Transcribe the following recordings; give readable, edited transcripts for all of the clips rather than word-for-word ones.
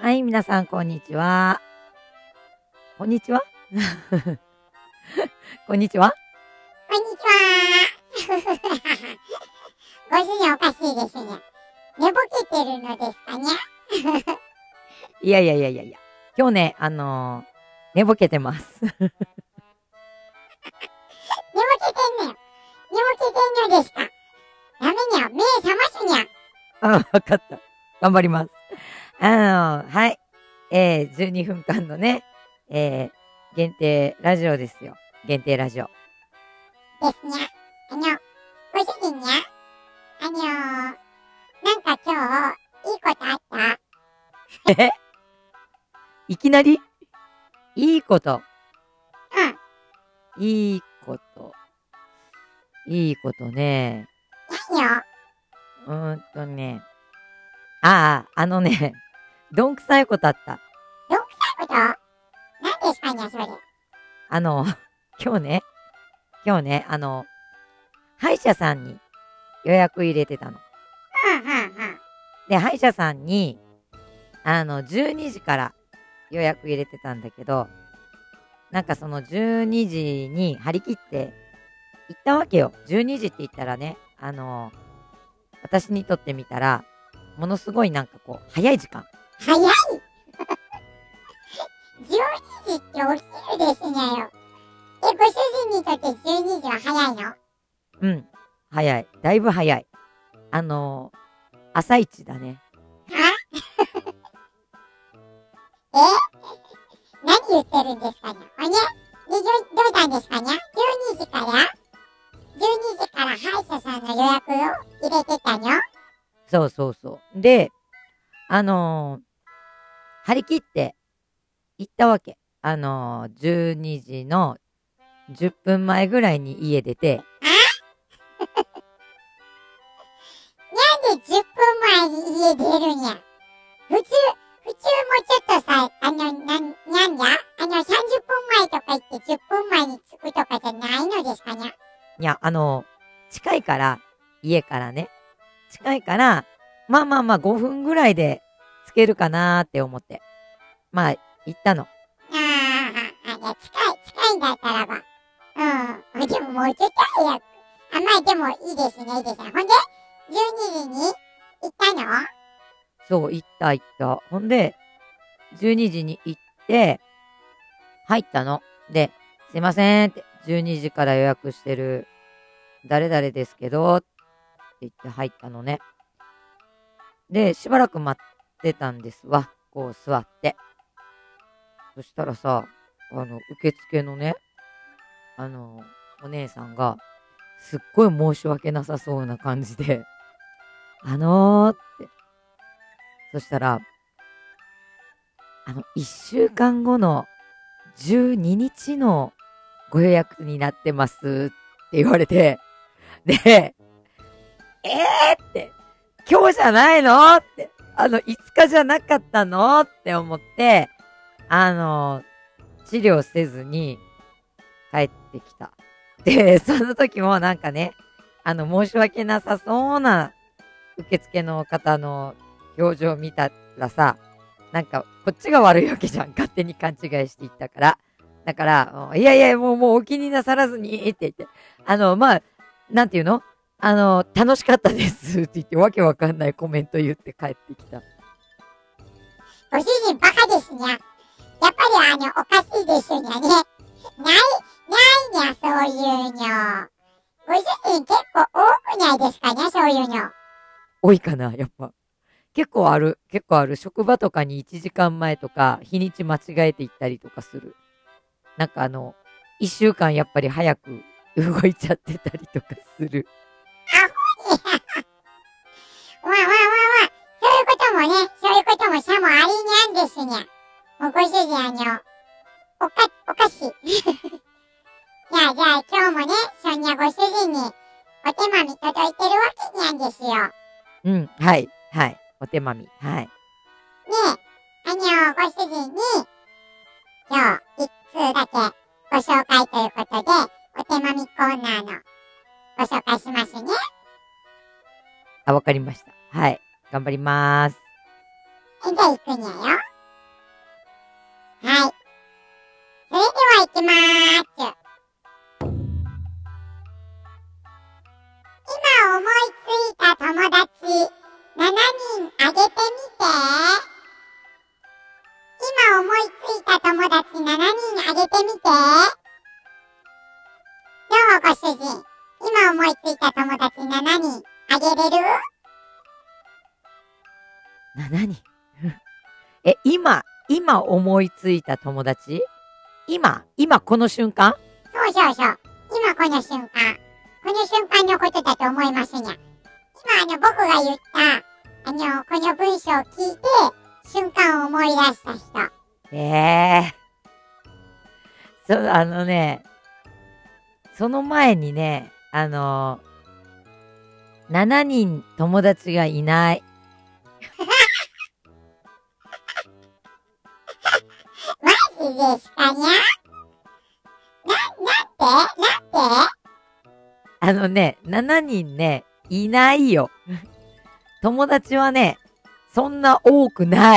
はい、皆さん、こんにちは。こんにちはこんにちは。 こんにちは。ご主人おかしいですね。寝ぼけてるのですかね。 いや。今日ね、寝ぼけてます。 寝ぼけてんのよ。寝ぼけてんのですか。ダメにゃ。目覚ますにゃ。 わかった。頑張ります。はい。12分間のね、限定ラジオですよ。限定ラジオ。 ですにゃ。ご主人にゃ。なんか今日、いいことあった？ いきなりいいこと。 うん。 いいこと。いいことね。 何よ。 どんくさいことあった。 どんくさいこと？何ですかね、それ。 今日ね、歯医者さんに予約入れてたの。で、歯医者さんに、12時から予約入れてたんだけど、なんかその12時に張り切って行ったわけよ。12時って言ったらね、私にとってみたら、ものすごいなんかこう、早い時間。 早い12時ってお昼ですねよ。ご主人にとって12時は早いの？ うん。早い。だいぶ早い。朝一だね。 は何言ってるんですかね。どうしたんですかね。12時から歯医者さんの予約を入れてたの？ そう。で、張り切って行ったわけ。12時の10分前ぐらいに家出て。 なんで10分前に家出るんや。普通もちょっとさ、なんじゃ30分前とか言って10分前に着くとかじゃないのですかね。 いや、近いから、家からね。近いから、まあ5分ぐらいで着けるかなーって思って。まあ、行ったの。 近いんだったらば。でももうちょっと早く。まあでもいいですね。ほんで、12時に行ったの？ そう、行った。ほんで、12時に行って、入ったの。で、すいませんって、12時から予約してる、誰々ですけど、って言って入ったのね。で、しばらく待ってたんですわ。こう座って。そしたらさ、受付のね、お姉さんが、すっごい申し訳なさそうな感じで、って。そしたら、1週間後の12日のご予約になってますって言われて、で、って、今日じゃないのって、5日じゃなかったのって思って、治療せずに帰ってきた。で、その時もなんかね、申し訳なさそうな受付の方の表情を見たらさ、なんかこっちが悪いわけじゃん。勝手に勘違いしていったから。だから、いや、もうお気になさらずにって言って、なんていうの？楽しかったですって言ってわけわかんないコメント言って帰ってきた。 ご主人バカですにゃ。やっぱりおかしいですにゃね。ないにゃ、そういうの。ご主人結構多くないですかね、そういうの。 多いかな、やっぱ。結構ある。職場とかに1時間前とか、日にち間違えて行ったりとかする。なんか1週間やっぱり早く動いちゃってたりとかする。 そういうこともさもありにゃんですにゃ。もうご主人おかしい。じゃあ今日もね、そんなご主人にお手紙届いてるわけにゃんですよ。 はい。お手紙。はい。 ねご主人に、今日一通だけご紹介ということで、お手紙コーナーのご紹介しますね。 わかりました。はい。頑張ります。 じゃあ行くにゃよ。 はい。それでは行きまーす。今思いついた友達7人あげてみて。今思いついた友達7人あげてみて。どうご主人。今思いついた友達7人あげれる 7人今思いついた友達今この瞬間そうそうそう。今この瞬間。この瞬間のことだと思いますにゃ。今僕が言った、この文章を聞いて、瞬間を思い出した人。 そう、その前にね、7人友達がいない。 マジですかにゃなんて7人ね、いないよ。友達はね、そんな多くない。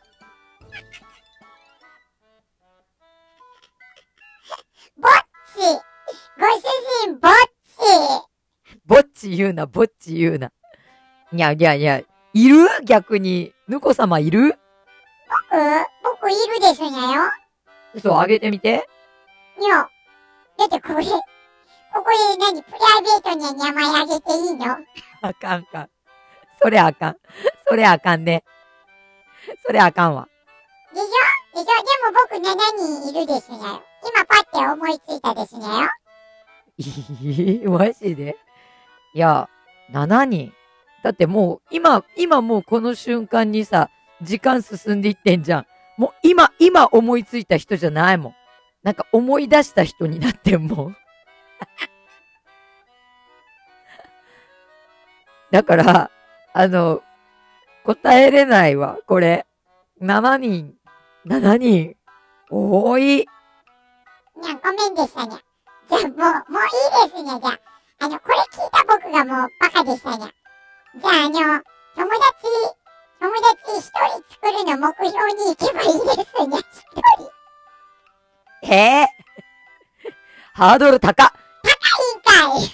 ぼっちご主人、ぼっちぼっち言うな。いや、いる逆に。ぬこ様いる僕いるですにゃよ。 嘘、あげてみて。 いや、だってここでプライベートに名前あげていいのあかん。それあかんね。それあかんわ。 でしょでも僕7人いるですにゃよ。今パッて思いついたですにゃよ。 マジでいや、7人。だってもう、今もうこの瞬間にさ、時間進んでいってんじゃん。もう今思いついた人じゃないもん。なんか思い出した人になってんもん。だから、答えれないわ、これ。7人。多い。 にゃ、ごめんでしたにゃ。じゃあもういいですにゃ、じゃあ。これ聞いた僕がもうバカでしたにゃ。じゃあ友達一人作るの目標に行けばいいですにゃ、一人。 ハードル高いんかい。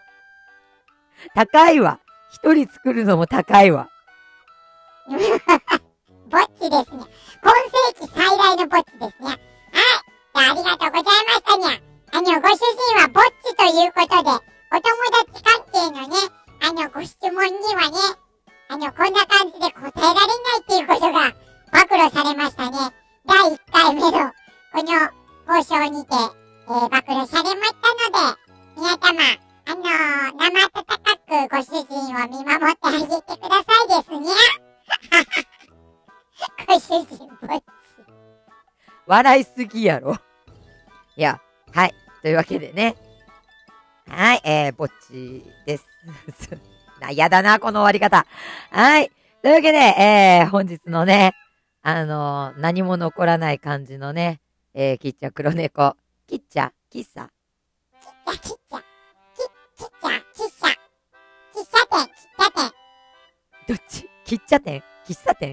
高いわ。一人作るのも高いわ。 ぼっちですね。今世紀最大のぼっちですね。はい。じゃあありがとうございましたにゃ。ご主人はぼっちということで、お友達関係のね、ご質問にはね、こんな感じで答えられないっていうことが暴露されましたね。第1回目のこの放送にて、暴露されましたので、皆様、生温かくご主人を見守ってあげてくださいですね。ご主人ぼっち。 笑いすぎやろ。いや、はい。というわけでね。はい、ぼっちです。やだな、この終わり方。はい。というわけで、本日のね、何も残らない感じのね、キッチャ黒猫。キッチャ喫茶どっち喫茶店喫茶店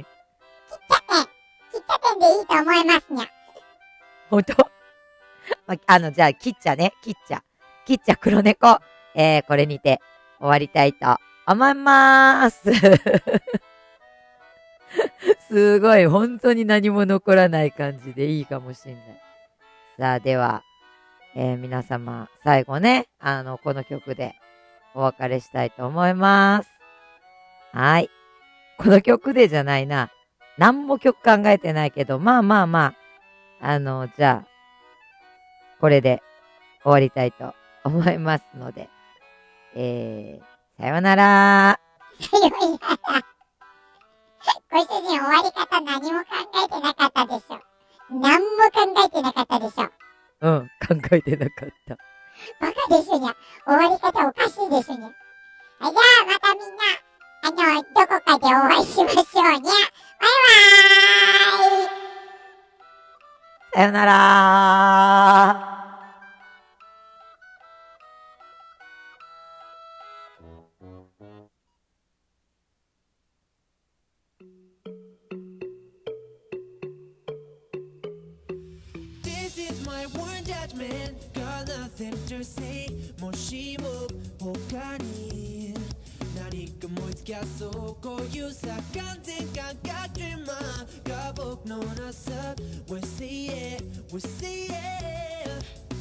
でいいと思いますにゃ。 ほんとじゃあ、キッチャ黒猫。これにて終わりたいと思いまーす。すごい、本当に何も残らない感じでいいかもしんない。さあ、では、皆様、最後ね、この曲でお別れしたいと思います。はい。この曲でじゃないな。何も曲考えてないけど、まあ、じゃあ、これで終わりたいと思いますので、さようなら。 ご主人終わり方何も考えてなかったでしょ。何も考えてなかったでしょ。 うん、考えてなかった。 バカですにゃ。終わり方おかしいですにゃ。じゃあまたみんな、どこかでお会いしましょうにゃ。バイバーイ。 さよなら。 judgment, got nothing to say. もしも他に何か思いつきゃそう、こういうさ完全感覚 Dreamer が僕のなさ We see it, we see it。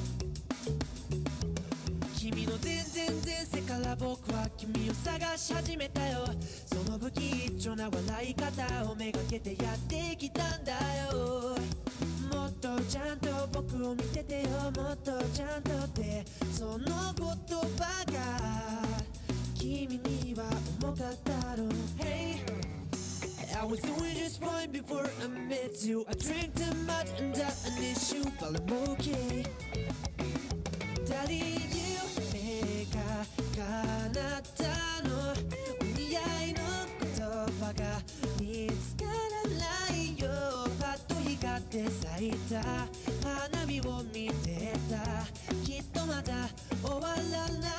君の全然前世から僕は君を探し始めたよ。その不吉祥な笑い方をめがけてやってきたんだよ。もっとちゃんと僕を見ててよ、もっとちゃんとってその言葉が君には重かったろ。 Hey, I was doing just fine before I met you. I drank too much and that's an issue, but I'm okay。 足り夢が叶ったの、お似合いの言葉が見つからないよ。パッと光って咲いた花火を見てた、きっとまだ終わらない